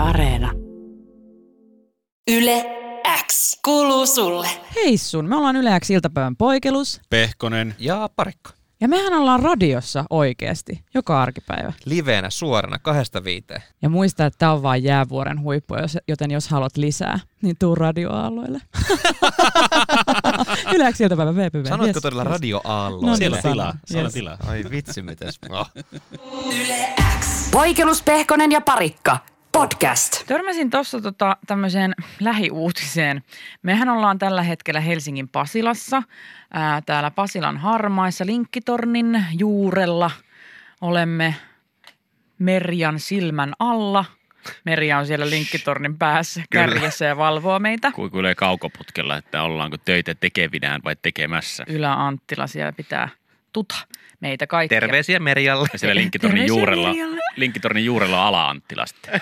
Areena. Yle X kuuluu sulle. Hei sun, me ollaan Yle X iltapäivän poikelus. Pehkonen ja Parikko. Ja mehän ollaan radiossa oikeasti, joka arkipäivä. Liveenä suorana 2-5. Ja muista, että tää on vaan jäävuoren huippu, joten jos haluat lisää, niin tuu radioaalloille. Yle X iltapäivän VPV. Sanoitko todella radioaalloille? No, siellä niin, tilaa. Ai vitsi, mitäs. Oh. Yle X. Poikelus, Pehkonen ja Parikka. Podcast. Törmäsin tuossa tämmöiseen lähiuutiseen. Mehän ollaan tällä hetkellä Helsingin Pasilassa, täällä Pasilan harmaissa Linkkitornin juurella. Olemme Merjan silmän alla. Merja on siellä Linkkitornin päässä kärjessä ja valvoo meitä. Kuikuilee kaukoputkella, että ollaanko töitä tekevinään vai tekemässä. Ylä Anttila siellä pitää tuta meitä kaikkia. Terveisiä Merjalle. Ja siellä Linkkitornin juurella on Ala-Anttila sitten.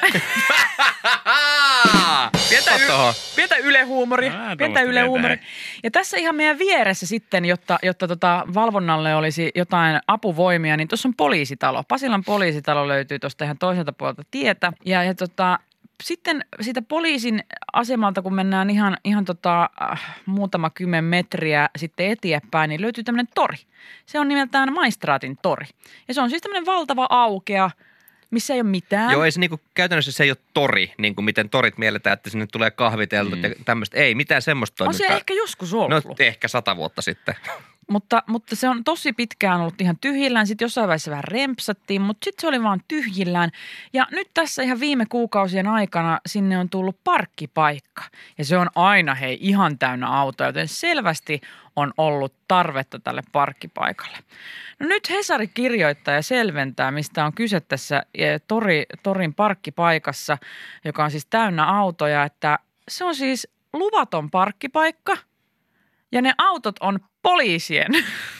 Pientä Yle-huumori. Ja tässä ihan meidän vieressä sitten, jotta valvonnalle olisi jotain apuvoimia, niin tuossa on poliisitalo. Pasilan poliisitalo löytyy tuosta ihan toiselta puolelta tietä. Ja sitten siitä poliisin asemalta, kun mennään ihan muutama 10 metriä sitten eteenpäin, niin löytyy tämmöinen tori. Se on nimeltään Maistraatin tori. Ja se on siis tämmöinen valtava aukea, missä ei ole mitään. Joo, ei se käytännössä se ei ole tori, niin kuin miten torit mielletään, että sinne tulee kahviteltu ja tämmöistä. Ei mitään semmoista toimintaa. On se ehkä joskus ollut. No ehkä 100 vuotta sitten. Mutta se on tosi pitkään ollut ihan tyhjillään. Sitten jossain vaiheessa vähän rempsattiin, mutta sitten se oli vaan tyhjillään. Ja nyt tässä ihan viime kuukausien aikana sinne on tullut parkkipaikka. Ja se on aina ihan täynnä autoja, joten selvästi on ollut tarvetta tälle parkkipaikalle. No nyt Hesari kirjoittaa ja selventää, mistä on kyse tässä torin parkkipaikassa, joka on siis täynnä autoja, että se on siis luvaton parkkipaikka. Ja ne autot on poliisien.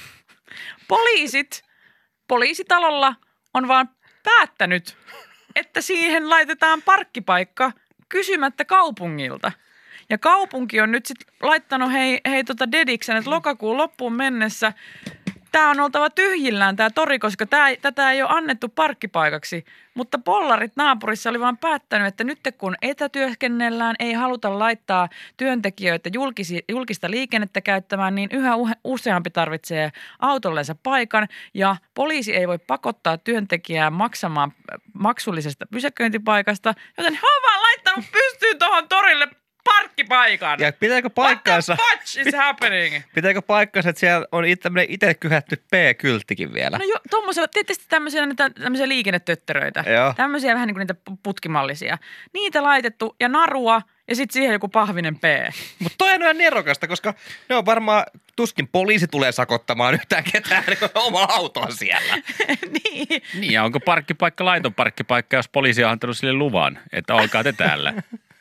Poliisitalolla on vaan päättänyt, että siihen laitetaan parkkipaikka kysymättä kaupungilta. Ja kaupunki on nyt sitten laittanut dediksen, että lokakuun loppuun mennessä tämä on oltava tyhjillään tämä tori, koska tätä ei ole annettu parkkipaikaksi. Mutta pollarit naapurissa oli vaan päättänyt, että nyt kun etätyöskennellään, ei haluta laittaa työntekijöitä julkista liikennettä käyttämään, niin yhä useampi tarvitsee autollensa paikan. Ja poliisi ei voi pakottaa työntekijää maksamaan maksullisesta pysäköintipaikasta, joten he on vaan laittanut pystyyn tuohon torille parkkipaikan. Ja pitääkö paikkaansa? What the fuck is happening? Pitääkö paikkaansa, että siellä on tämmöinen itse kyhätty P-kylttikin vielä? No joo, tuommoisella, tietysti tämmöisiä liikennetötteröitä. Joo. Tämmöisiä vähän niin kuin niitä putkimallisia. Niitä laitettu ja narua ja sitten siihen joku pahvinen P. Mutta toi on ihan nerokasta, koska ne on varmaan, tuskin poliisi tulee sakottamaan yhtään ketään, kun oma auto on siellä. Niin, ja onko parkkipaikka laiton parkkipaikka, jos poliisi on antanut sille luvan, että olkaa te täällä?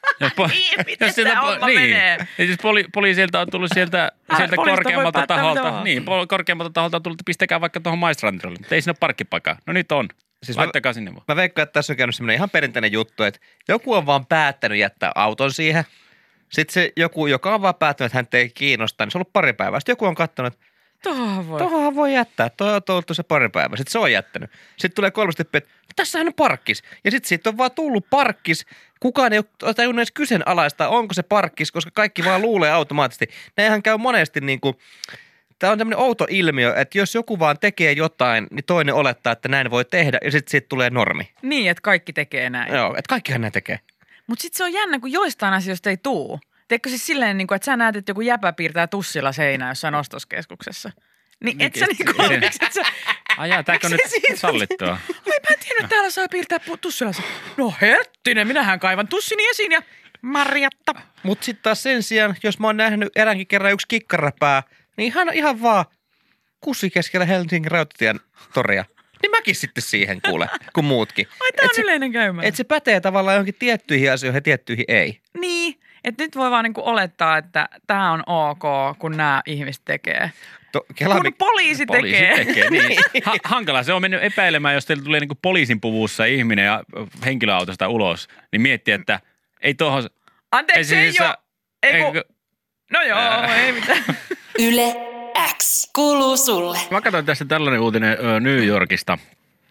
Miten tämä homma menee? Ja siis poliisilta on tullut sieltä korkeammalta taholta. Niin, korkeammalta taholta on tullut, että pistäkää vaikka tuohon Maistraatille. Mutta ei siinä ole parkkipaikkaa. No nyt on. Siis laittakaa sinne vaan. Mä veikkaan, että tässä on käynyt semmoinen ihan perinteinen juttu, että joku on vaan päättänyt jättää auton siihen. Sitten se joku, joka on vaan päättänyt, että hän ei kiinnosta, niin se on ollut pari päivää. Sitten joku on katsonut, että Tuohon voi jättää. Toi on ollut se pari päivää. Sitten se on jättänyt. Sitten tulee 3 steppiä, että tässähän on parkkis. Ja sitten siitä on vaan tullut parkkis. Kukaan ei ole tajunnut edes kyseenalaista, onko se parkkis, koska kaikki vaan luulee automaattisesti. Näinhän käy monesti niin kuin, tämä on tämmöinen outo ilmiö, että jos joku vaan tekee jotain, niin toinen olettaa, että näin voi tehdä ja sitten siitä tulee normi. Niin, että kaikki tekee näin. Joo, että kaikkihan näin tekee. Mutta sitten se on jännä, kun joistain asioista ei tuu. Teekö siis silleen, että sä näet, että joku jäpä piirtää tussilla seinää jossain ostoskeskuksessa? Niin et sä niinku Ajaa, tääkö on nyt sallittua? Mä en tiennyt, että täällä saa piirtää tussilla. No herttinen, minähän kaivan tussini esiin ja Marjatta. Mut sit taas sen sijaan, jos mä oon nähnyt eräänkin kerran yksi kikkarapää, niin ihan vaan kussi keskellä Helsingin Rautatien toria. Niin mäkin sitten siihen kuule, kuin muutkin. Ai tää on yleinen käymä. Että se pätee tavallaan johonkin tiettyihin asioihin ja tiettyihin ei. Niin, että nyt voi vaan niinku olettaa, että tää on ok, kun nämä ihmiset tekee. Kun poliisi tekee. Niin. Hankala se on mennyt epäilemään, jos teille tulee niinku poliisin puvussa ihminen ja henkilöautosta ulos, niin miettii, että ei tuohon... Anteeksi, ei ole. No joo, ei mitään. Yle X kuuluu sulle. Mä katsoin tässä tällainen uutinen New Yorkista.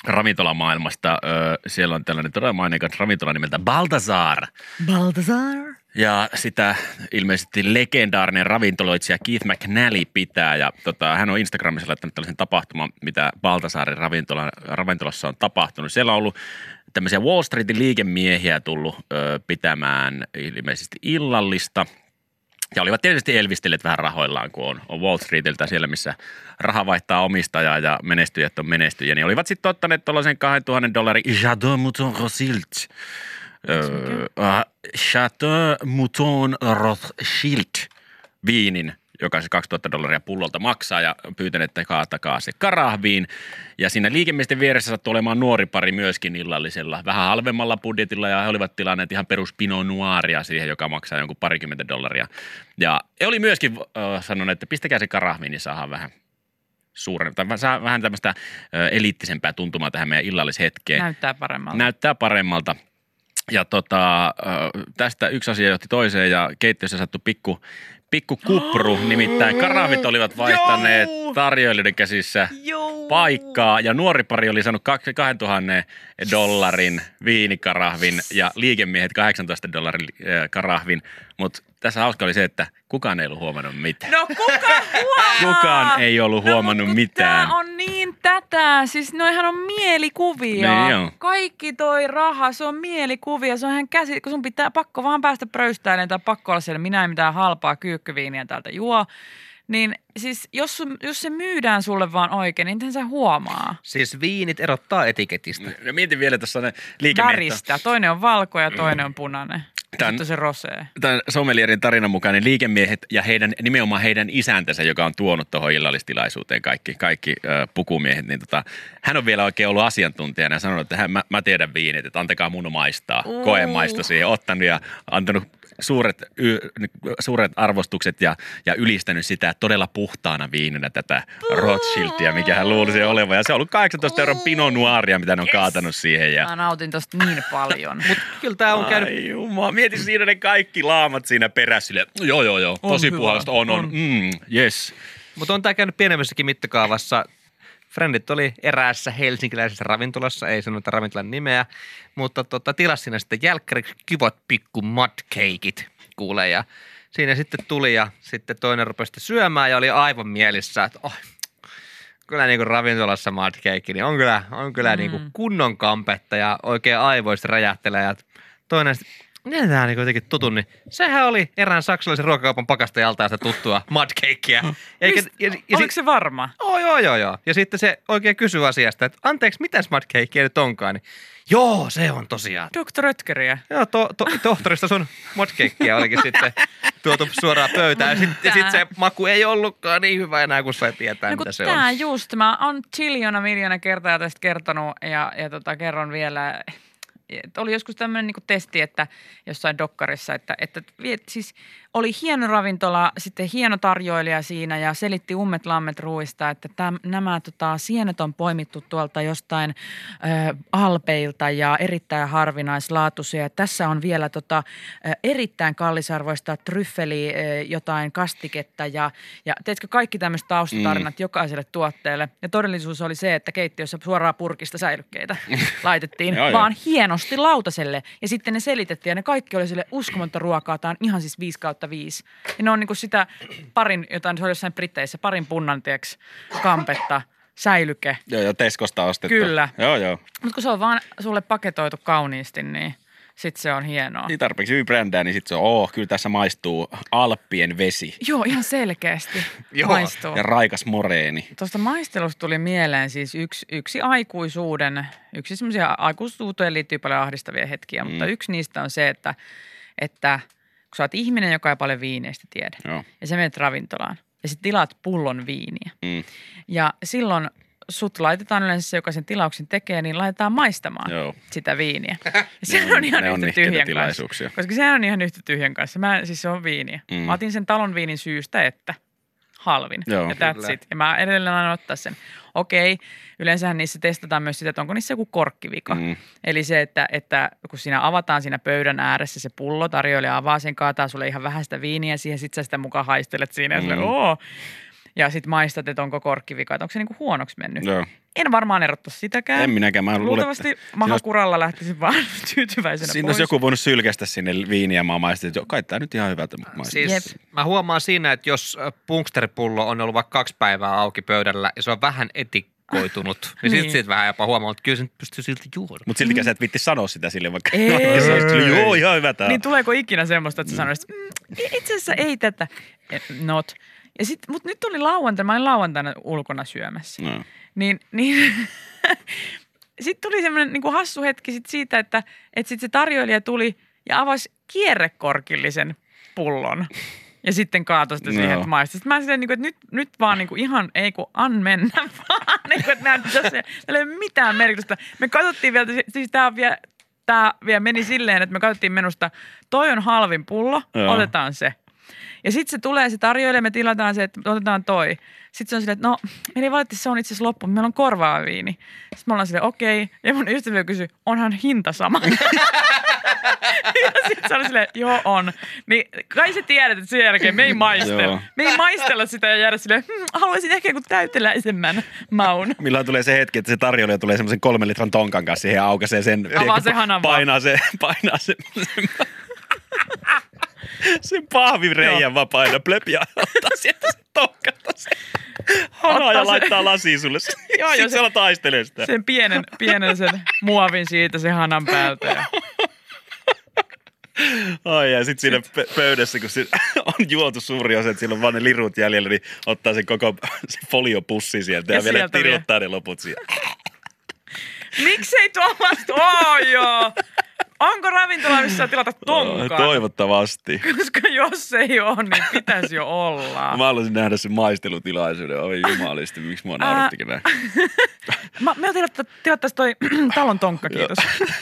ravintolamaailmasta. Siellä on tällainen todella maineikas ravintola nimeltä Balthazar. Balthazar. Ja sitä ilmeisesti legendaarinen ravintoloitsija Keith McNally pitää. Ja hän on Instagramissa laittanut tällaisen tapahtuman, mitä Balthasarin ravintolassa on tapahtunut. Siellä on ollut tämmöisiä Wall Streetin liikemiehiä tullut pitämään ilmeisesti illallista. Ja olivat tietysti elvistelleet vähän rahoillaan, kun on Wall Streetiltä siellä, missä raha vaihtaa omistajaa ja menestyjät on menestyjä. Niin olivat sitten ottaneet tuollaisen $2,000 Chateau Mouton Rothschild. Chateau Mouton Rothschild viinin, joka se $2,000 pullolta maksaa ja pyytäneet, että kaatakaa se karahviin. Ja siinä liikemiesten vieressä sattui olemaan nuori pari myöskin illallisella, vähän halvemmalla budjetilla ja he olivat tilanneet ihan perus Pinot Noiria siihen, joka maksaa jonkun $20. Ja he oli myöskin sanonut, että pistäkää se karahviin, niin saadaan vähän vähän tämmöistä eliittisempää tuntumaa tähän meidän illallishetkeen. Näyttää paremmalta. Ja tästä yksi asia johti toiseen ja keittiössä sattui pikku kupru, nimittäin karahvit olivat vaihtaneet tarjoilijoiden käsissä paikkaa ja nuori pari oli saanut $2,000 viinikarahvin ja liikemiehet $18 karahvin, mutta tässä hauska oli se, että kukaan ei ollut huomannut mitään. No kuka huomaa? Kukaan ei ollut huomannut mitään. Tää on niin tätä, siis noihan on mielikuvia. Niin Kaikki toi raha, se on mielikuvia, se on ihan kun sun pitää pakko vaan päästä pröystäilemään tai pakko olla siellä, minä ei mitään halpaa kyykkyviiniä täältä juo. Niin siis jos se myydään sulle vaan oikein, niin miten sä huomaa? Siis viinit erottaa etiketistä. Ja mietin vielä tuossa ne liikemiehet. Väristä. Toinen on valko ja toinen on punainen. Sitten se rosee. Tämän sommelierin tarinan mukaan liikemiehet ja nimenomaan heidän isäntänsä, joka on tuonut tuohon illallistilaisuuteen kaikki pukumiehet, niin hän on vielä oikein ollut asiantuntijana ja sanonut, että mä tiedän viinit, että antakaa mun maistaa. Koemaisto siihen ottanut ja antanut suuret arvostukset ja ylistänyt sitä todella puhtaana viininä tätä Rothschildia, mikä hän luulisi olevan. Ja se on ollut €18 Pinot Noiria, mitä ne on kaatanut siihen. Ja... Mä nautin tosta niin paljon. Mut kyllä tää on käynyt... Ai jumala, mieti siinä ne kaikki laamat siinä perässä. Joo, tosi puhasta on. Yes. Mutta on tää käynyt pienemmässäkin mittakaavassa. Frendit oli eräässä helsinkiläisessä ravintolassa, ei sanota ravintolan nimeä, mutta tilasi siinä sitten jälkkäriksi kivat pikku mudcakeit, kuulee. Ja siinä sitten tuli ja sitten toinen rupesi syömään ja oli aivan mielissä, että kyllä niin kuin ravintolassa mudcake, niin on kyllä niin kuin kunnon kampetta ja oikein aivoista räjähtelee. Ja toinen sitten, tämä niin jotenkin tutun, niin sehän oli erään saksalaisen ruokakaupan pakastajalta sitä tuttua mudcakea. Oliko se varma? Joo. Ja sitten se oikein kysyi asiasta, että anteeksi, mitäs mudcakea nyt onkaan, niin joo, se on tosiaan. Dr. Rötkeriä. Joo, tohtorista sun mudcakea olikin sitten tuotu suoraan pöytään. Ja sitten se maku ei ollutkaan niin hyvä enää, kun sai tietää, mitä se on. Tää just, mä oon miljoona kertaa tästä kertonut ja kerron vielä. Oli joskus tämmöinen niin testi, että jossain dokkarissa, että siis oli hieno ravintola, sitten hieno tarjoilija siinä ja selitti ummet lammet ruuista, että nämä sienet on poimittu tuolta jostain alpeilta ja erittäin harvinaislaatuisia. Tässä on vielä erittäin kallisarvoista tryffeli, jotain kastiketta ja teetkö kaikki tämmöiset taustatarinat jokaiselle tuotteelle. Ja todellisuus oli se, että keittiössä suoraan purkista säilykkeitä laitettiin, vaan hienosti lautaselle. Ja sitten ne selitettiin ja ne kaikki oli sille uskomatta ruokaa. Tämä on ihan siis 5/5. Ja ne on niinku sitä parin, jotain se oli jossain Britteissä, parin punnan kampetta, säilyke. Joo, Teskosta ostettu. Kyllä. Joo. Mutta kun se on vaan sulle paketoitu kauniisti, niin sitten se on hienoa. Niin tarpeeksi hyvin brändää, niin sitten se on, kyllä tässä maistuu Alppien vesi. Joo, ihan selkeästi maistuu. Ja raikas moreeni. Tuosta maistelusta tuli mieleen siis yksi semmoisia aikuisuuteen liittyy paljon ahdistavia hetkiä, mutta yksi niistä on se, että kun sä oot ihminen, joka ei paljon viineistä tiedä, ja sä menet ravintolaan ja sit tilaat pullon viiniä. Ja silloin sut laitetaan yleensä se, joka sen tilauksen tekee, niin laitetaan maistamaan sitä viiniä. Ja se on ihan yhtä tyhjän kanssa. Koska sehän on ihan yhtä tyhjän kanssa. Siis se on viiniä. Mä otin sen talon viinin syystä, että halvin. Ja that's it. Ja mä edelleen aina ottaa sen. Okei, yleensähän niissä testataan myös sitä, että onko niissä joku korkkivika. Eli se, että kun siinä avataan siinä pöydän ääressä se pullo, tarjoilija avaa sen, kaataa sulle ihan vähän sitä viiniä siihen, sit sä sitä mukaan haistelet siinä ja ja sit maistat, että onko korkkivika, että onko se niinku huonoksi mennyt. En varmaan erottaisi sitäkään. En minäkään. Mä Luultavasti mahakuralla lähtisin vaan tyytyväisenä siinä pois. olisi joku voinut sylkästä sinne viiniä ja mä maistin, että kai tää nyt ihan hyvältä maistuu. Siis mä huomaan siinä, että jos punksteripullo on ollut vaikka 2 päivää auki pöydällä ja se on vähän etikoitunut, niin Niin. siitä vähän jopa huomaa, että kyllä se nyt pystyy silti juoda. Mutta siltikään sä et viitti sanoa sitä sille, vaikka Ei. se olisi joo, ihan hyvä tää. Niin tuleeko ikinä semmoista, että sä sanoisit, itse asiassa ei tätä. Not. Ja mutta nyt oli lauantaina, mä olin lauantaina ulkona syömässä. No. Niin sitten tuli semmoinen niin kuin hassu hetki siitä, että sitten se tarjoilija tuli ja avasi kierrekorkillisen pullon. Ja sitten kaatoi sitä siihen, että maistui. Sitten mä silleen, niin kuin, että nyt vaan niin kuin ihan, ei kun mennä vaan. Niin kuin, että näyttää ei ole mitään merkitystä. Me katsottiin vielä, siis tämä vielä meni silleen, että me katsottiin menusta, toi on halvin pullo, otetaan se. Ja sitten se tulee, se tarjoilee, me tilataan se, että otetaan toi. Sitten se on silleen, että no, meillä ei valitettavasti se on itse asiassa loppu, meillä on korvaava viini. Sitten me ollaan silleen, okei. Ja mun ystävä kysyi, onhan hinta sama? Ja sitten se oli silleen, joo on. Niin kai sä tiedät, että sen jälkeen me ei maistella. Me ei maistella sitä ja jäädä silleen, haluaisin ehkä joku täyteläisemmän maun. Milloin tulee se hetki, että se tarjoilija tulee semmoisen 3 litran tonkan kanssa siihen ja aukaisee sen. Avaa se hanan vaan. Painaa sen pahvireijän vaan painaa plöp ja ottaa sieltä se tonkasta se hana ja laittaa lasiin sulle. Joo, sitten se taistelee sitä. Sen pienen sen muovin siitä se hanan päältä. Ja Ai ja sitten siinä pöydässä, kun se on juotu suuri osa, että siellä on vaan ne lirut jäljellä, niin ottaa sen koko se foliopussi sieltä ja vielä tiruttaa ne loput siellä. Miksei tuollaista joo. Onko ravintola, missä tilata tonkaa? Toivottavasti. Koska jos ei ole, niin pitäisi jo olla. Mä haluaisin nähdä sen maistelutilaisuuden. Oi jumalisti, miksi mua naurattikin näin. Me tilattaisiin toi talon tonkka, kiitos.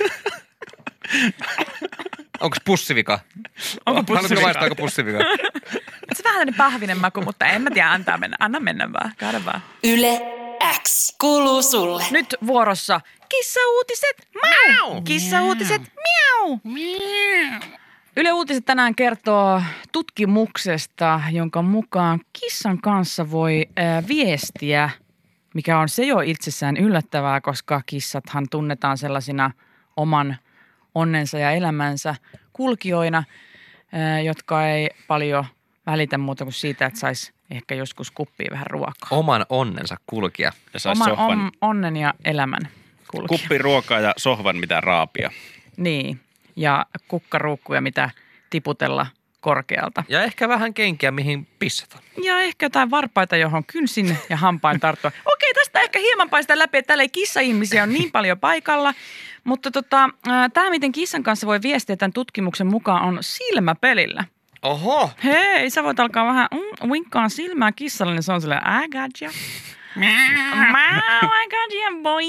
Onko pussivika? Onko Haluatko maistaa, onko pussivika? Se vähän tämmöinen pahvinen maku, mutta en mä tiedä, anna mennä vaan, käydä vaan. Yle X kuuluu sulle. Nyt vuorossa kissauutiset, miau! Kissauutiset, miau! Yle Uutiset tänään kertoo tutkimuksesta, jonka mukaan kissan kanssa voi viestiä, mikä on se jo itsessään yllättävää, koska kissathan tunnetaan sellaisina oman onnensa ja elämänsä kulkijoina, jotka ei paljon välitä muuta kuin siitä, että saisi ehkä joskus kuppiin vähän ruokaa. Oman onnensa kulkija. Ja Oman onnen ja elämän kulkija. Kuppi ruokaa ja sohvan mitä raapia. Niin, ja kukkaruukkuja, mitä tiputella korkealta. Ja ehkä vähän kenkiä, mihin pissata. Ja ehkä jotain varpaita, johon kynsin ja hampain tarttua. Okei, tästä ehkä hieman paistaa läpi, että täällä ei kissa-ihmisiä ole niin paljon paikalla. Mutta tämä, miten kissan kanssa voi viestiä tämän tutkimuksen mukaan, on silmäpelillä. Oho! Hei, sä voit alkaa vähän winkkaan silmää kissalle, niin se on silleen, I got you. I got you, boy.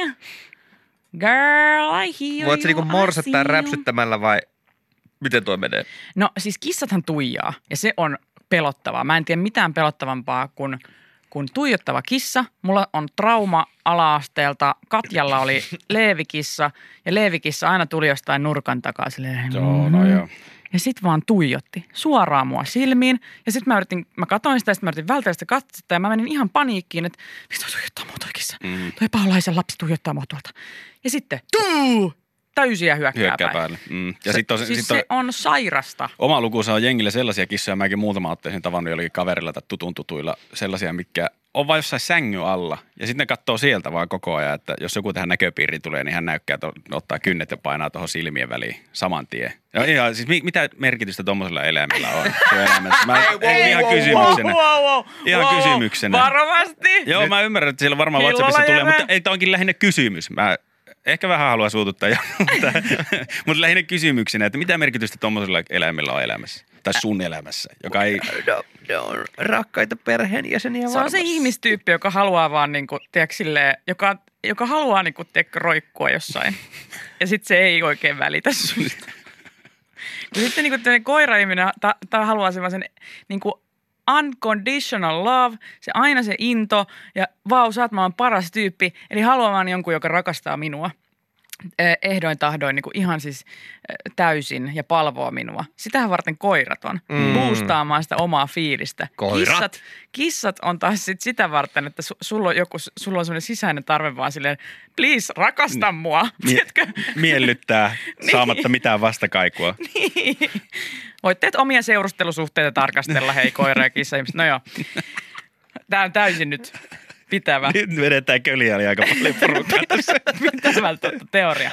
Girl, I hear you. Voit sä niinku morsettaa räpsyttämällä vai miten toi menee? No siis kissathan tuijaa ja se on pelottavaa. Mä en tiedä mitään pelottavampaa kuin tuijottava kissa. Mulla on trauma ala-asteelta. Katjalla oli leevikissa ja leevikissa aina tuli jostain nurkan takaa silleen. Joo. Ja sit vaan tuijotti suoraan mua silmiin. Ja sit mä katoin sitä ja sit mä yritin vältellä sitä katsetta ja mä menin ihan paniikkiin, että miksi toi tuijottaa mua toi kissa? Toi paholaisen lapsi tuijottaa mua tuolta. Ja sitten täysiä hyökkää päälle. Ja se on sairasta. Oma lukuunsa on jengillä sellaisia kissoja, mäkin muutama otteeseen tavannut jollakin kaverilla tai tutun tutuilla, sellaisia, mitkä on vain jossain sängyn alla. Ja sitten ne katsoo sieltä vaan koko ajan, että jos joku tähän näköpiiriin tulee, niin hän näykkää, ottaa kynnet ja painaa tuohon silmien väliin saman tien. Ja siis mitä merkitystä tuommoisella eläimellä on elämässä? Ihan kysymyksenä. Ihan kysymyksenä. Varovasti. Joo, mä ymmärrän, että siellä varmaan WhatsAppissa tulee, mutta ei, tämä onkin lähinnä kysymys. Mä ehkä vähän haluan suututtaa, mutta lähinnä kysymyksenä, että mitä merkitystä tuommoisella eläimellä on elämässä? Tai sun elämässä, joka ei... Ne on rakkaita perheenjäseniä varmasti. Se on se ihmistyyppi, joka haluaa vaan niinku, tiedätkö, silleen, joka haluaa niinku, tiedätkö, roikkua jossain. Ja sitten se ei oikein välitä susta. Sitten niinku koira-ihminen haluaa sellaisen niinku unconditional love, se aina se into ja vau, sä oot maailman paras tyyppi. Eli haluaa vaan jonkun, joka rakastaa minua. ehdoin tahdoin niin kuin ihan siis täysin ja palvoo minua. Sitähän varten koirat on, boostaamaan sitä omaa fiilistä. Koirat? Kissat on taas sitä varten, että sulla on sellainen sisäinen tarve vaan silleen, please rakasta mua. Miellyttää saamatta mitään vastakaikua. Niin. Voitte omia seurustelusuhteita tarkastella, hei koira ja kissa. No joo, tämä on täysin nyt pitävä. Nyt vedetään köliäli aika paljon porukkaa tässä. Pitävältä teoria.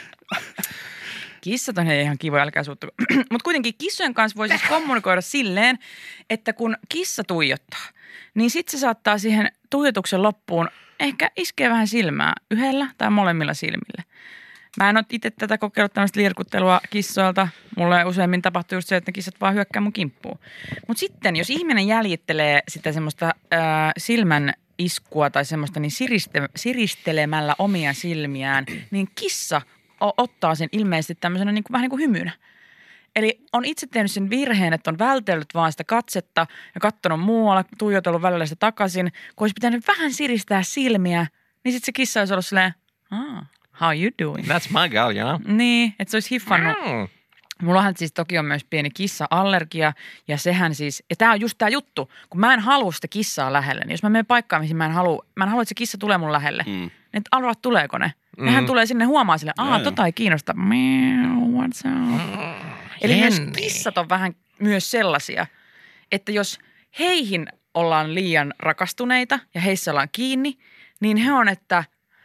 Kissat on ihan kivoja, älkää suuttuko. Mutta kuitenkin kissojen kanssa voi siis kommunikoida silleen, että kun kissa tuijottaa, niin sitten se saattaa siihen tuijotuksen loppuun ehkä iskeä vähän silmää yhdellä tai molemmilla silmillä. Mä en ole itse tätä kokeillut tämmöistä lirkuttelua kissoilta. Mulle useimmin tapahtuu just se, että ne kissat vaan hyökkää mun kimppuun. Mutta sitten, jos ihminen jäljittelee sitä semmoista silmän iskua tai semmoista niin siristelemällä omia silmiään, niin kissa ottaa sen ilmeisesti tämmöisenä niin kuin, vähän niin kuin hymynä. Eli on itse tehnyt sen virheen, että on vältellyt vaan sitä katsetta ja katsonut muualla, tuijotellut välillä sitä takaisin. Kun olisi pitänyt vähän siristää silmiä, niin sitten se kissa olisi ollut silleen, how you doing? That's my girl, you know? Niin, että se olisi hiffannut. Mullahan siis toki on myös pieni kissa-allergia ja sehän siis, ja tää on just tää juttu, kun mä en halua sitä kissaa lähelle, niin jos mä menen paikkaan, mihin mä en halua, että se kissa tulee mun lähelle, niin arvaat tuleeko ne. Nehän tulee sinne huomaa silleen, tota ei kiinnosta, what's up? Eli myös kissat on vähän myös sellaisia, että jos heihin ollaan liian rakastuneita ja heissä ollaan kiinni, niin he on, että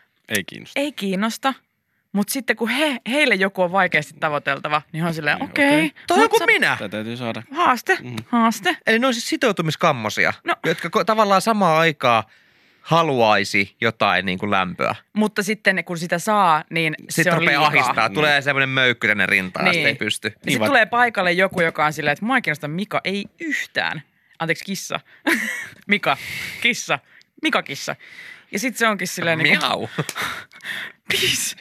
ei kiinnosta. Mutta sitten kun heille joku on vaikeasti tavoiteltava, niin on silleen, okei. Toi on kuin minä. Tätä täytyy saada. Haaste. Eli ne on siis sitoutumiskammosia, jotka tavallaan samaan aikaan haluaisi jotain niin kuin lämpöä. Mutta sitten kun sitä saa, niin sitten se on liikaa. ahistaa. Tulee semmoinen möykky tänne rintaan ja sitten ei pysty. Ja sitten tulee paikalle joku, joka on silleen, että mua ei kiinnosta Mika, ei yhtään. Anteeksi, kissa. Mika, kissa. Mika, kissa. Ja sitten se onkin silleen niin kuin, miau. Please.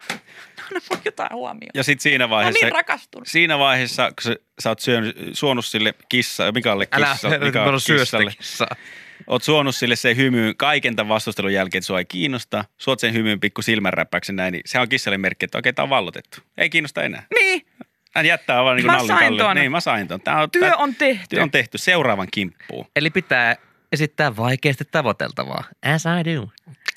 No mun jotain huomioon. Ja sitten siinä vaiheessa, kun sä oot suonut sille Mikalle kissalle. Oot suonut sille se hymyyn kaiken tämän vastustelun jälkeen, että sua ei kiinnosta. Suot sen hymyyn pikku silmänräppäyksen näin, niin se on kissalle merkki, että okei, tää on vallotettu. Ei kiinnosta enää. Niin. Hän jättää vaan niin kuin nallin kalle. Niin, mä sain ton. Työ on tehty. Työ on tehty seuraavan kimppuun. Eli pitää esittää vaikeasti tavoiteltavaa. As I do.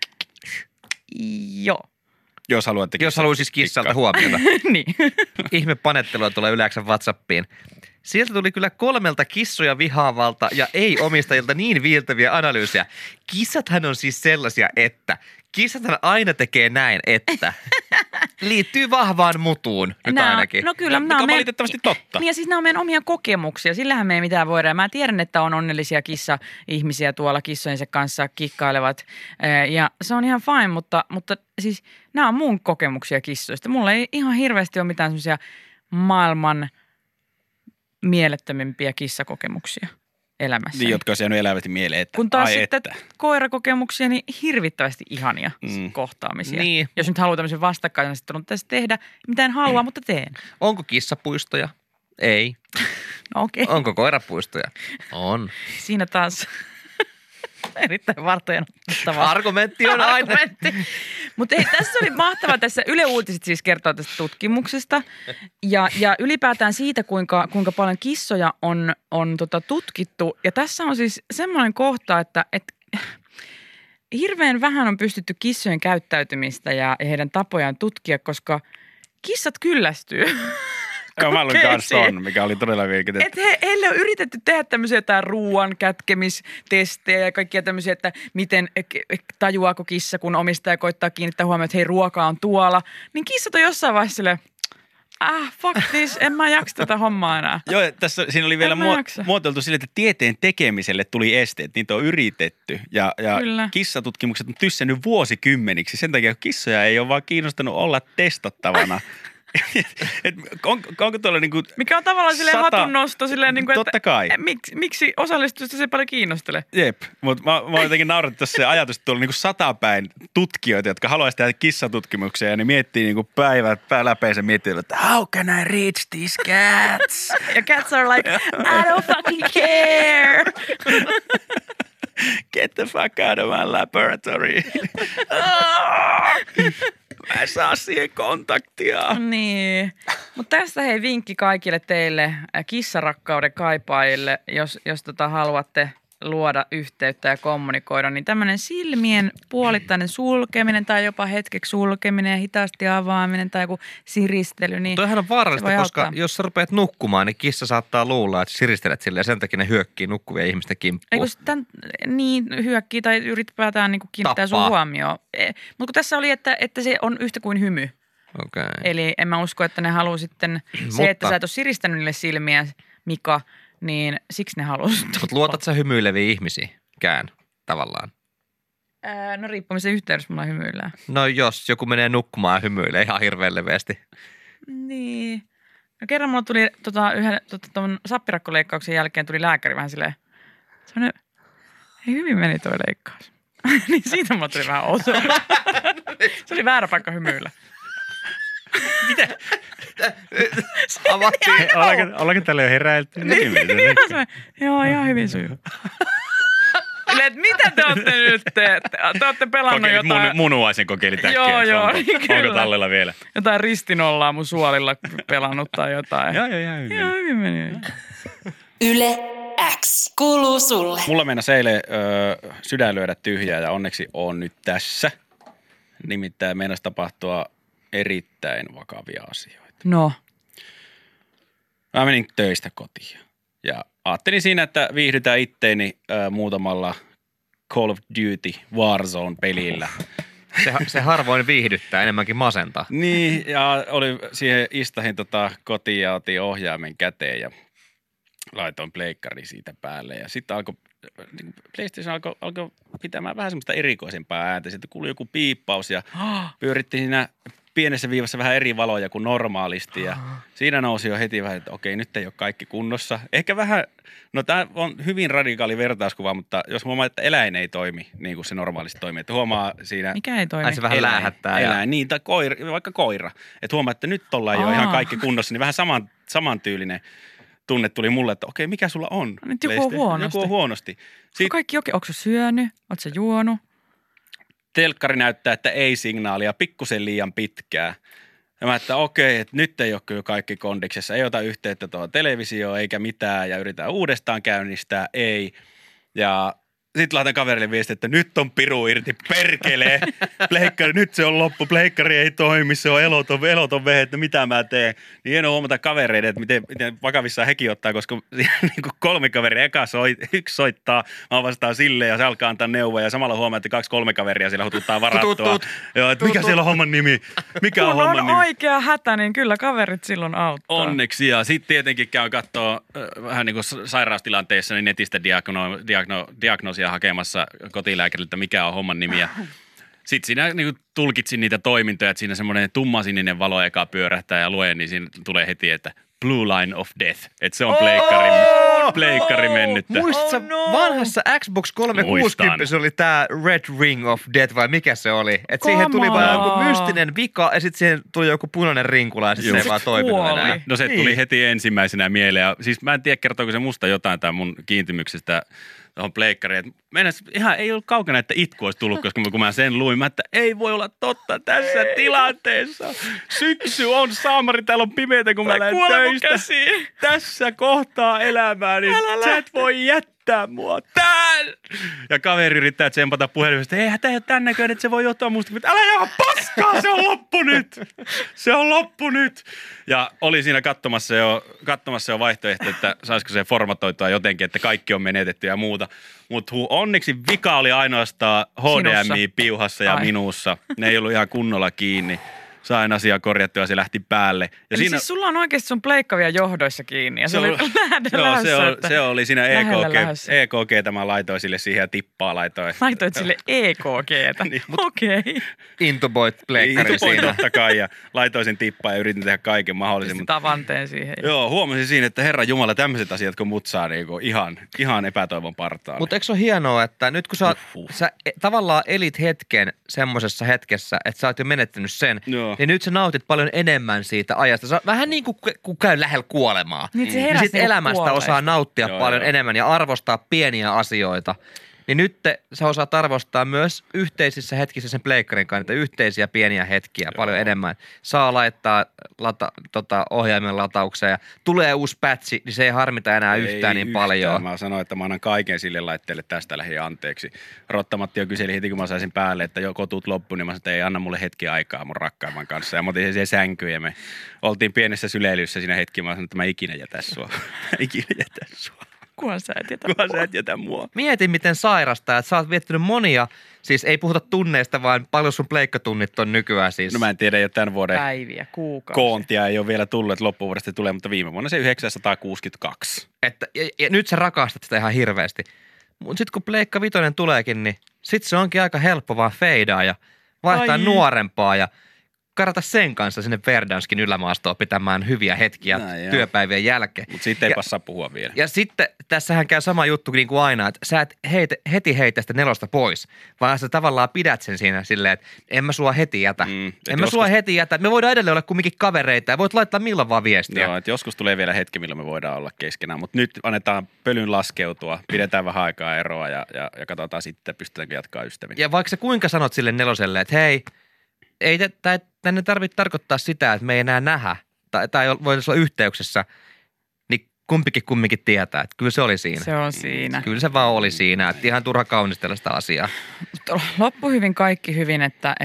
Joo. Jos haluaa siis kissalta huomiota. Niin. Ihme panettelua tulee Yleäksän WhatsAppiin. Sieltä tuli kyllä 3 kissoja vihaavalta ja ei-omistajilta niin viiltäviä analyysejä. Kissathan on siis sellaisia, että kissathan aina tekee näin, että liittyy vahvaan mutuun nyt ainakin. No kyllä. Mikä on valitettavasti totta. Niin ja siis nämä on meidän omia kokemuksia. Sillähän me ei mitään voida. Mä tiedän, että on onnellisia kissa-ihmisiä tuolla kissojensa kanssa kikkailevat. Ja se on ihan fine, mutta siis nämä on mun kokemuksia kissoista. Mulla ei ihan hirveästi ole mitään semmoisia maailman mielettömimpiä kissakokemuksia elämässä. Niin, jotka on jäänyt elävästi mieleen, että kun taas sitten koirakokemuksia, niin hirvittävästi ihania kohtaamisia. Niin. Jos nyt haluaa tämmöisen vastakkainasettelun tässä tehdä, mitä en halua, mutta teen. Onko kissapuistoja? Ei. No, okei. Onko koirapuistoja? On. Siinä taas erittäin vartojennuttava Argumentti on aina. Mutta tässä oli mahtavaa. Tässä Yle Uutiset siis kertoo tästä tutkimuksesta ja ylipäätään siitä, kuinka paljon kissoja on tutkittu. Ja tässä on siis semmoinen kohta, että hirveän vähän on pystytty kissojen käyttäytymistä ja heidän tapojaan tutkia, koska kissat kyllästyy. Joo, mä olin kanssa ton, mikä oli todella virkitetty. Että heille on yritetty tehdä tämmöisiä jotain ruoan kätkemistestejä ja kaikkia tämmöisiä, että miten tajuaako kissa, kun omistaja koittaa kiinnittää huomioon, että hei, ruoka on tuolla. Niin kissat on jossain vaiheessa silleen, fuck this, en mä jaksa tätä hommaa enää. Joo, siinä oli vielä muotoiltu sille, että tieteen tekemiselle tuli esteet. Niitä on yritetty ja kissatutkimukset on tyssännyt vuosikymmeniksi. Sen takia kissoja ei ole vaan kiinnostanut olla testattavana. Onko tuolla niinku mikä on tavallaan silleen hatunnosto silleen niinku, totta kai. Miksi osallistusta se paljon kiinnostelee? Jep, mutta mä oon jotenkin naurattu se ajatus, että tuolla niinku 100 päin tutkijoita, jotka haluaisi tehdä kissatutkimuksia ja ne miettii niinku päivät pääläpeensä miettii, että how can I reach these cats? Ja cats are like, I don't fucking care. Get the fuck out of my laboratory. Mä en saa siihen kontaktia. Niin, mutta tästä hei vinkki kaikille teille kissarakkauden kaipaajille, jos haluatte luoda yhteyttä ja kommunikoida, niin tämmöinen silmien puolittainen sulkeminen tai jopa hetkeksi sulkeminen ja hitaasti avaaminen tai joku siristely. Niin toihan on vaarallista, koska jos sä rupeat nukkumaan, niin kissa saattaa luulla, että siristelet sille ja sen takia ne hyökkii nukkuvia ihmisten kimppuun. Eikö sitten niin hyökkii tai ylipäätään niin kiinnittää sun huomioon. Mutta kun tässä oli, että se on yhtä kuin hymy. Okay. Eli en mä usko, että ne haluaa sitten että sä et ole siristänyt niille silmiä, Mika, niin siksi ne haluaa. Mutta luotat sä hymyileviä ihmisiäkään tavallaan? No riippumisen yhteydessä mulla hymyillään. No jos joku menee nukkumaan ja hymyilee ihan hirveän leveästi. Niin. No kerran mulla tuli yhden sappirakkoleikkauksen jälkeen tuli lääkäri vähän silleen, hyvin meni toi leikkaus. Niin siitä mulla tuli vähän outoa. Se oli väärä paikka hymyillä. Mitä? Avattiin. Ollaanko tällä jo heräilty? Joo, ihan hyvin sujuu. Mitä te olette nyt? Te olette pelannut jotain. Munuaisen kokeilit äkkiä. Joo, onko tallella vielä? Jotain ristinollaa mun suolilla pelannut tai jotain. Joo, ihan hyvin. Ihan hyvin meni. Yle X kuuluu sulle. Mulla meinasi eilen sydän lyödä tyhjää ja onneksi on nyt tässä. Nimittäin meinasi tapahtua erittäin vakavia asioita. No. Mä menin töistä kotiin ja ajattelin siinä, että viihdytään itteeni muutamalla Call of Duty Warzone-pelillä. Se harvoin viihdyttää, enemmänkin masentaa. Niin, ja siihen istahin kotiin ja otin ohjaimen käteen ja laitoin pleikkari siitä päälle. Ja sitten PlayStation alkoi pitämään vähän semmoista erikoisempaa ääntä. Sitten kuului joku piippaus ja pyöritti siinä pienessä viivassa vähän eri valoja kuin normaalisti. Ja siinä nousi jo heti vähän, että okei, nyt ei ole kaikki kunnossa. Ehkä vähän, no tämä on hyvin radikaali vertauskuva, mutta jos huomaa, että eläin ei toimi niin kuin se normaalisti toimii. Että huomaa siinä... Mikä ei toimi? Se vähän läähättää. Eläin, niin, tai vaikka koira. Että huomaa, että nyt ollaan jo ihan kaikki kunnossa, niin vähän samantyylinen tunne tuli mulle, että okei, mikä sulla on? Nyt joku on huonosti. Joku on huonosti. Kaikki okei. Onko sä syönyt? Ootko sä juonut? Telkkari näyttää, että ei signaalia, pikkusen liian pitkää. Ja mä että okei, että nyt ei ole kyllä kaikki kondiksessa. Ei ota yhteyttä tuohon televisioon eikä mitään ja yritetään uudestaan käynnistää. Ei. Ja sitten laitan kaverille viesti, että nyt on piru irti, perkelee. Pleikkari, nyt se on loppu, pleikkari ei toimi, se on eloton vehe, että mitä mä teen. Niin hienoa huomata kavereiden, että miten vakavissaan hekin ottaa, koska niin 3 kaveria yksi soittaa, mä vastaan silleen ja se alkaa antaa neuvoja ja samalla huomaa, että 2-3 kaveria siellä hututtaa varattua. Joo, että mikä siellä on homman nimi? Mikä on homman nimi? Kun on oikea hätä, niin kyllä kaverit silloin auttaa. Onneksi ja sitten tietenkin käy katsoa vähän niin kuin sairaustilanteessa niin netistä diagnoosia hakemassa kotilääkäriltä, mikä on homman nimi. Ja sitten siinä niin tulkitsin niitä toimintoja, että siinä semmoinen tummasininen valo eka pyörähtää ja luen, niin siinä tulee heti, että Blue Line of Death. Että se on pleikkari mennyttä. Muistatko vanhassa Xbox 360 se oli tää Red Ring of Death vai mikä se oli? Että siihen tuli vaan joku mystinen vika ja sitten siihen tuli joku punainen rinkula ja sitten se ei vaan toiminut enää. No se tuli heti ensimmäisenä mieleen. Ja siis mä en tiedä, kertooko se musta jotain tää mun kiintymyksestä tuohon pleikkariin. Ihan ei ollut kaukana, että itku olisi tullut, koska kun mä sen luin, että ei voi olla totta tässä tilanteessa. Syksy on saamari, täällä on pimeätä, kun mä lähden töistä. Tässä kohtaa elämää, niin sä et voi jättää mua tän. Ja kaveri yrittää tsempata puhelimesta, eihän tää ole tän näköinen, että se voi johtaa musta. Älä jää paskaa, se on loppu nyt. Se on loppu nyt. Ja oli siinä katsomassa jo vaihtoehto, että saisiko se formatoitua jotenkin, että kaikki on menetetty ja muuta. Mutta onneksi vika oli ainoastaan HDMI-piuhassa ja minussa. Ne ei ollut ihan kunnolla kiinni. Sain asiaa korjattua ja se lähti päälle. Ja eli siis sulla on oikeasti sun pleikkavia johdoissa kiinni ja se oli se oli siinä EKG, mä laitoin sille siihen ja tippaa laitoin. Laitoit sille EKGtä, niin, okei. Intoboit pleikkari siinä. Totta kai ja laitoin sen tippaa ja yritin tehdä kaiken mahdollisen. Sitten tavanteen siihen. Joo, huomasin siinä, että Herran Jumala, tämmöiset asiat kun mut saa niinku ihan epätoivon partaalle. Mutta eikö se ole hienoa, että nyt kun sä tavallaan elit hetken semmosessa hetkessä, että sä oot jo menettänyt sen, niin nyt sä nautit paljon enemmän siitä ajasta. Se on vähän niin kuin kun käy lähellä kuolemaa. Niin sitten elämästä osaa nauttia paljon enemmän ja arvostaa pieniä asioita. niin nyt sä osaat arvostaa myös yhteisissä hetkissä sen pleikkarin kanssa, yhteisiä pieniä hetkiä paljon enemmän. Saa laittaa ohjaimen lataukseen ja tulee uusi pätsi, niin se ei harmita enää yhtään niin paljon. Mä sanoin, että mä annan kaiken sille laitteelle tästä lähi anteeksi. Rottamatti jo kyseli heti, kun mä saisin päälle, että joko tuut loppuun, niin mä sanoin, että ei anna mulle hetki aikaa mun rakkaimman kanssa. Ja mä otin sen siihen sänkyyn ja me oltiin pienessä syleilyssä siinä hetki. Mä sanoin, että mä ikinä jätä sua. Kunhan sä et jätä mua. Mietin, miten sairasta, että sä oot viettänyt monia, siis ei puhuta tunneista, vaan paljon sun pleikkatunnit on nykyään siis. No mä en tiedä, jo tämän vuoden päiviä, kuukausia. Koontia ei ole vielä tullut, että loppuvuodesta tulee, mutta viime vuonna se 962. Ja nyt sä rakastat sitä ihan hirveästi. Mutta sitten kun Pleikka Vitoinen tuleekin, niin sit se onkin aika helppo vaan feidaa ja vaihtaa nuorempaa ja karata sen kanssa sinne Verdanskin ylämaastoon pitämään hyviä hetkiä työpäivien jälkeen. Mutta siitä ei passaa puhua vielä. Ja sitten tässähän käy sama juttu niin kuin aina, että sä et heti heitä sitä nelosta pois, vaan sä tavallaan pidät sen siinä silleen, että en mä sua heti jätä. Sua heti jätä. Me voidaan edelleen olla kumminkin kavereita ja voit laittaa milloin vaan viestiä. Joo, että joskus tulee vielä hetki, milloin me voidaan olla keskenään, mutta nyt annetaan pölyn laskeutua, pidetään vähän aikaa eroa ja katsotaan sitten, pystytäänkö jatkaa ystäviä. Ja vaikka sä kuinka sanot sille neloselle, että hei, ei tänne tarvitse tarkoittaa sitä, että me ei enää nähdä tai voi olla yhteyksessä, niin kumminkin tietää, että kyllä se oli siinä. Se on siinä. Kyllä se vaan oli siinä, että ihan turha kaunistella sitä asiaa. Loppu hyvin, kaikki hyvin, että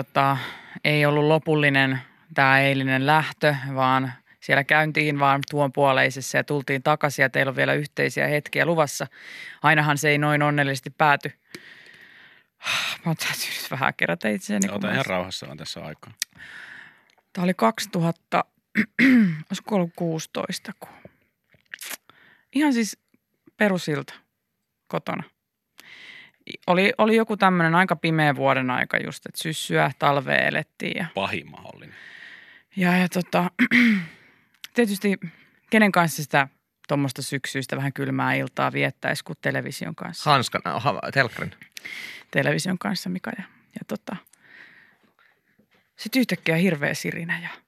ei ollut lopullinen tämä eilinen lähtö, vaan siellä käyntiin vaan tuonpuoleisessa ja tultiin takaisin ja teillä on vielä yhteisiä hetkiä luvassa. Ainahan se ei noin onnellisesti pääty. Mä täytyy nyt vähän kerätä itseäni. Ota ihan rauhassa on tässä aikaa. Tämä oli olisiko ollut 16, kun ihan siis perusilta kotona. Oli joku tämmöinen aika pimeä vuoden aika just, että syssyä, talvea elettiin. Ja pahin mahdollinen. Ja tietysti kenen kanssa sitä tuommoista syksyistä vähän kylmää iltaa viettäisi kuin television kanssa. Telkkarin. Television kanssa, Mika. Ja sitten yhtäkkiä hirveä sirinä ja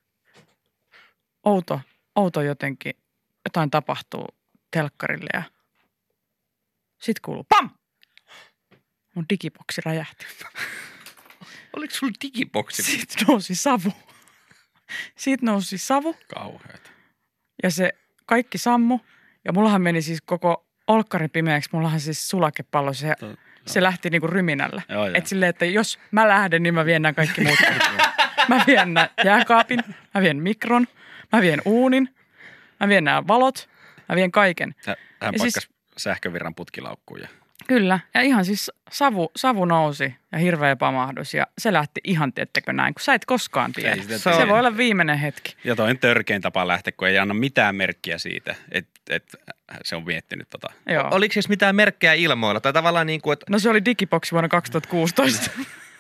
outo jotenkin, jotain tapahtuu telkkarille ja sitten kuuluu PAM! Mun digiboksi räjähti. Oliko sulla digiboksi? Siitä nousi savu. Kauheeta. Ja se kaikki sammu. Ja mullahan meni siis koko olkkari pimeäksi. Mullahan siis sulakepallo. Se lähti niinku ryminällä. Että silleen, että jos mä lähden, niin mä vien nämä kaikki muut. Mä vien jääkaapin, mä vien mikron, mä vien uunin, mä vien nämä valot, mä vien kaiken. Hän paikkas sähkövirran putkilaukkuun. Kyllä. Ja ihan siis savu nousi ja hirveä pamahdus. Ja se lähti ihan, tiettekö näin, kun sä et koskaan tiedä. Se voi olla viimeinen hetki. Ja toi on törkein tapa lähteä, kun ei anna mitään merkkiä siitä, että se on miettinyt tota. Joo. Oliko siis mitään merkkejä ilmoilla? Tai tavallaan niin kuin, että... No se oli digiboksi vuonna 2016.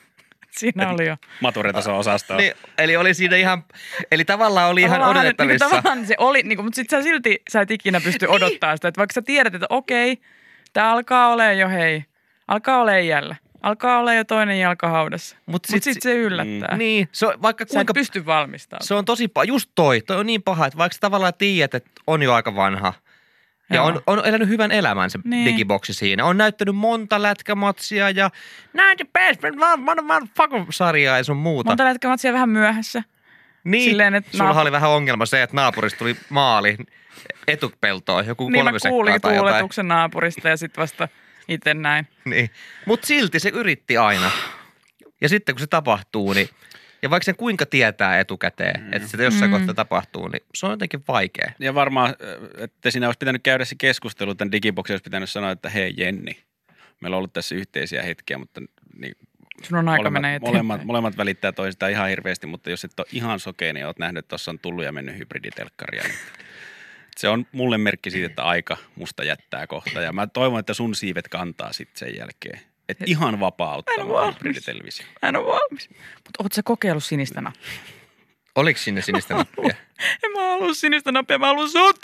Siinä oli jo. Maturitaso-osastoa. Niin, eli oli siinä ihan, eli tavallaan oli ihan odotettavissa. Tavallaan se oli, mutta sitten sä et ikinä pysty odottaa sitä, että vaikka sä tiedät, että okei, tää alkaa olemaan jo alkaa olemaan jällä. Alkaa olla jo toinen jalka haudassa. Mutta sitten se yllättää. Niin, se on, vaikka kuinka... Sä et pysty valmistautumaan. Se on tosi paha. Just toi on niin paha, että vaikka sä tavallaan tiedät, että on jo aika vanha. Ja on elänyt hyvän elämän se digiboksi siinä. On näyttänyt monta lätkämatsia ja näin sarjaa ja sun muuta. Monta lätkämatsia vähän myöhässä. Niin, silleen, että sulla oli vähän ongelma se, että naapurista tuli maali etupeltoon, joku 3 sekkaa tai jotain. Niin mä kuulin tuuletuksen naapurista ja sitten vasta itse näin. Niin, mutta silti se yritti aina. Ja sitten kun se tapahtuu, niin ja vaikka sen kuinka tietää etukäteen, että sitä jossain kohtaa tapahtuu, niin se on jotenkin vaikea. Ja varmaan, että siinä olisi pitänyt käydä se keskustelu, tämän digiboksin olisi pitänyt sanoa, että hei Jenni, meillä on ollut tässä yhteisiä hetkiä, mutta niin, sun on aika mennä eteenpäin. Molemmat välittää toisistaan ihan hirveästi, mutta jos et ole ihan sokea, niin olet nähnyt, että tuossa on tullut ja mennyt hybriditelkkaria. Niin se on mulle merkki siitä, että aika musta jättää kohta ja mä toivon, että sun siivet kantaa sitten sen jälkeen. Että ihan vapauttamaan hybriditelevisio. Mä en ole valmis. Mutta ootko sä kokeillut sinistä nappia? Oliko sinne sinistä nappia? En mä halua sinistä nappia, mä haluan sut!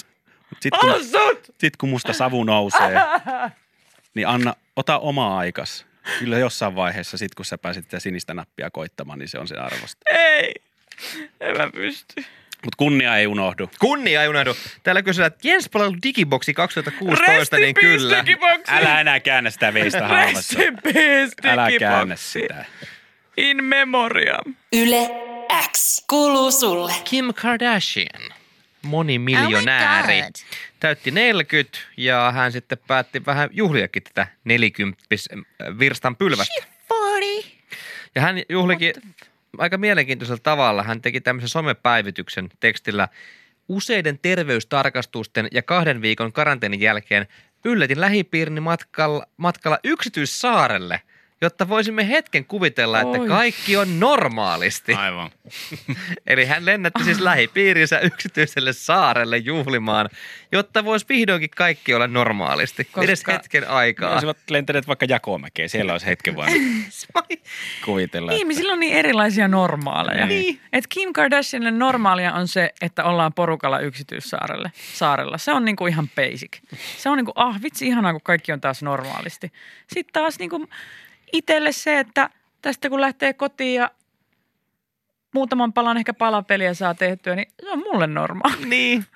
Sitten kun musta savu nousee, niin ota oma aikas. Kyllä jossain vaiheessa, sit kun sä pääsit sitä sinistä nappia koittamaan, niin se on sen arvosta. Ei, en mä pysty. Mutta kunnia ei unohdu. Kunnia ei unohdu. Täällä kysytään, että Jens palailu Digiboxi 2016, niin kyllä. Digiboxi. Älä enää käännä sitä veistä haavassa. Rest in peace, Älä Digiboxi. käännä sitä. In memoriam. Yle X kuuluu sulle. Kim Kardashian, monimiljonääri, Oh my God. täytti 40 ja hän sitten päätti vähän juhliakin tätä 40 virstan pylvästä. 40. Ja hän juhlikin aika mielenkiintoisella tavalla. Hän teki tämmöisen somepäivityksen tekstillä useiden terveystarkastusten ja 2 viikon karanteenin jälkeen yllätin lähipiirini matkalla yksityissaarelle, jotta voisimme hetken kuvitella, että Oi. kaikki on normaalisti. Aivan. Eli hän lennätti siis lähipiirinsä yksityiselle saarelle juhlimaan, jotta voisi vihdoinkin kaikki olla normaalisti. Koska- Edes hetken aikaa. Olisivat lentäneet vaikka Jakomäkeen. Siellä olisi hetken vaan kuvitella. Ihmisillä on niin erilaisia normaaleja. Niin. Et Kim Kardashianille normaalia on se, että ollaan porukalla yksityissaarella. Se on niinku ihan basic. Se on niinku, vitsi ihanaa, kun kaikki on taas normaalisti. Sitten taas niinku itselle se, että tästä kun lähtee kotiin ja muutaman palan ehkä palapeliä saa tehtyä, niin se on mulle normaali. Niin.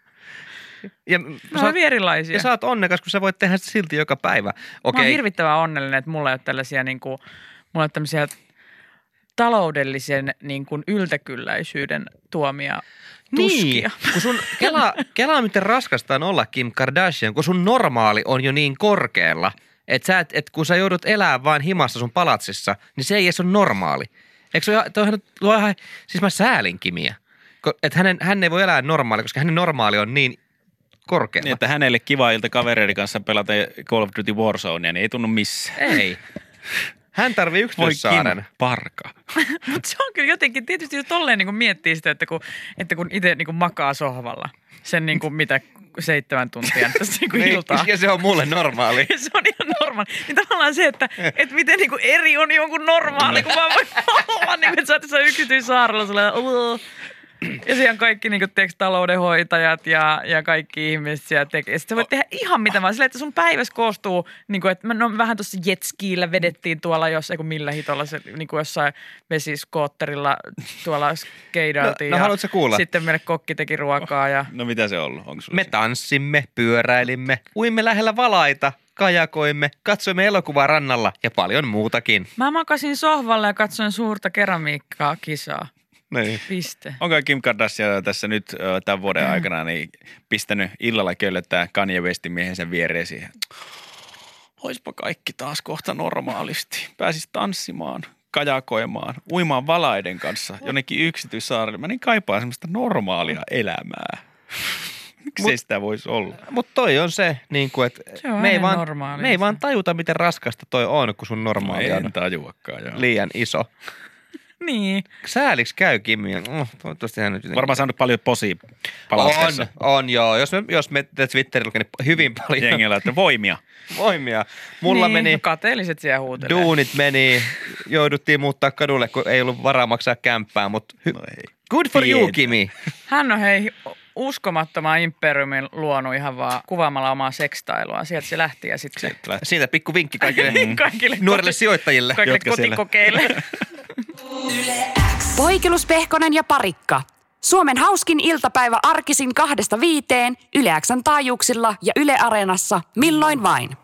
Ja Ne on hyvin erilaisia. ja sä oot onnekas, kun sä voit tehdä sitä silti joka päivä. Mä oon Okei. hirvittävän onnellinen, että mulla ei ole tällaisia niinku, mulla ei ole tämmöisiä taloudellisen niin kuin yltäkylläisyyden tuomia tuskia. Niin, kun sun kelaa miten raskasta on olla Kim Kardashian, kun sun normaali on jo niin korkealla, että kun sä joudut elämään vaan himassa sun palatsissa, niin se ei edes ole normaali. Eikö se ole ihan, siis mä säälin Kimiä, että hän ei voi elää normaali, koska hänen normaali on niin korkealla. Niin, että hänelle kiva ilta kavereiden kanssa pelata Call of Duty Warzonea, niin ei tunnu missään. Ei. Hän tarvii Voi yksityissaaren. Kim Parka. Mutta se on kyllä jotenkin, tietysti jos tolleen niin kuin miettii sitä, että kun itse niin kuin makaa sohvalla sen niin kuin mitä 7 tuntia tässä niin kuin iltaa. Ja se on mulle normaali. Se on ihan normaali. Niin tavallaan se, että miten niin kuin eri on jonkun normaali, kun vaan voi olla, niin kuin, että sä oot jossain yksityissaarella sellainen, ja siellä on kaikki niin kuin, taloudenhoitajat ja kaikki ihmiset siellä tekee. Sitten sä voit tehdä ihan mitä vaan. Silleen, että sun päivässä koostuu, niin kuin, että no, vähän tuossa jetskiillä vedettiin tuolla millä hitolla se niin kuin jossain vesiskootterilla tuolla skeidailtiin. No, haluatko kuulla? Sitten meille kokki teki ruokaa ja No mitä se on ollut? Onko sulla Me tanssimme, pyöräilimme, uimme lähellä valaita, kajakoimme, katsoimme elokuvaa rannalla ja paljon muutakin. mä makasin sohvalla ja katsoin suurta keramiikkaa kisaa. Niin. Piste. Onko Kim Kardashian tässä nyt tämän vuoden aikana niin pistänyt illalla köllöttää Kanye Westin miehensä viereen siihen? Oispa kaikki taas kohta normaalisti. Pääsis tanssimaan, kajakoimaan, uimaan valaiden kanssa jonnekin yksityissaarelle. Mä niin kaipaan semmoista normaalia elämää. Miksi sitä voisi olla? Mutta toi on se, niin kuin, että Se on me ei, hänen vaan, normaalinsa. me ei vaan tajuta, miten raskasta toi on, kun sun normaali No, on en tajuakaan, joo. liian iso. Niin. Sääliksi käy Kimi. Toivottavasti hän nyt... Varmaan saanut paljon palautteessa. On joo. Jos me Twitterillä niin hyvin paljon Jengellä, että voimia. voimia. Mulla niin, meni, no kateelliset siellä huutelee. duunit meni, jouduttiin muuttaa kadulle, kun ei ollut varaa maksaa kämppää, mutta No ei. good for you, Pientä. Kimi. Hän on uskomattoman imperiumin luonut ihan vaan kuvaamalla omaa sekstailua. Sieltä se lähti ja sitten se Siitä pikku vinkki kaikille kaikille nuorille sijoittajille. kaikille jotka siellä- kotikokeille. Poikelus, Pehkonen ja Parikka. Suomen hauskin iltapäivä arkisin 2–5 Yle X:n taajuuksilla ja Yle Areenassa milloin vain.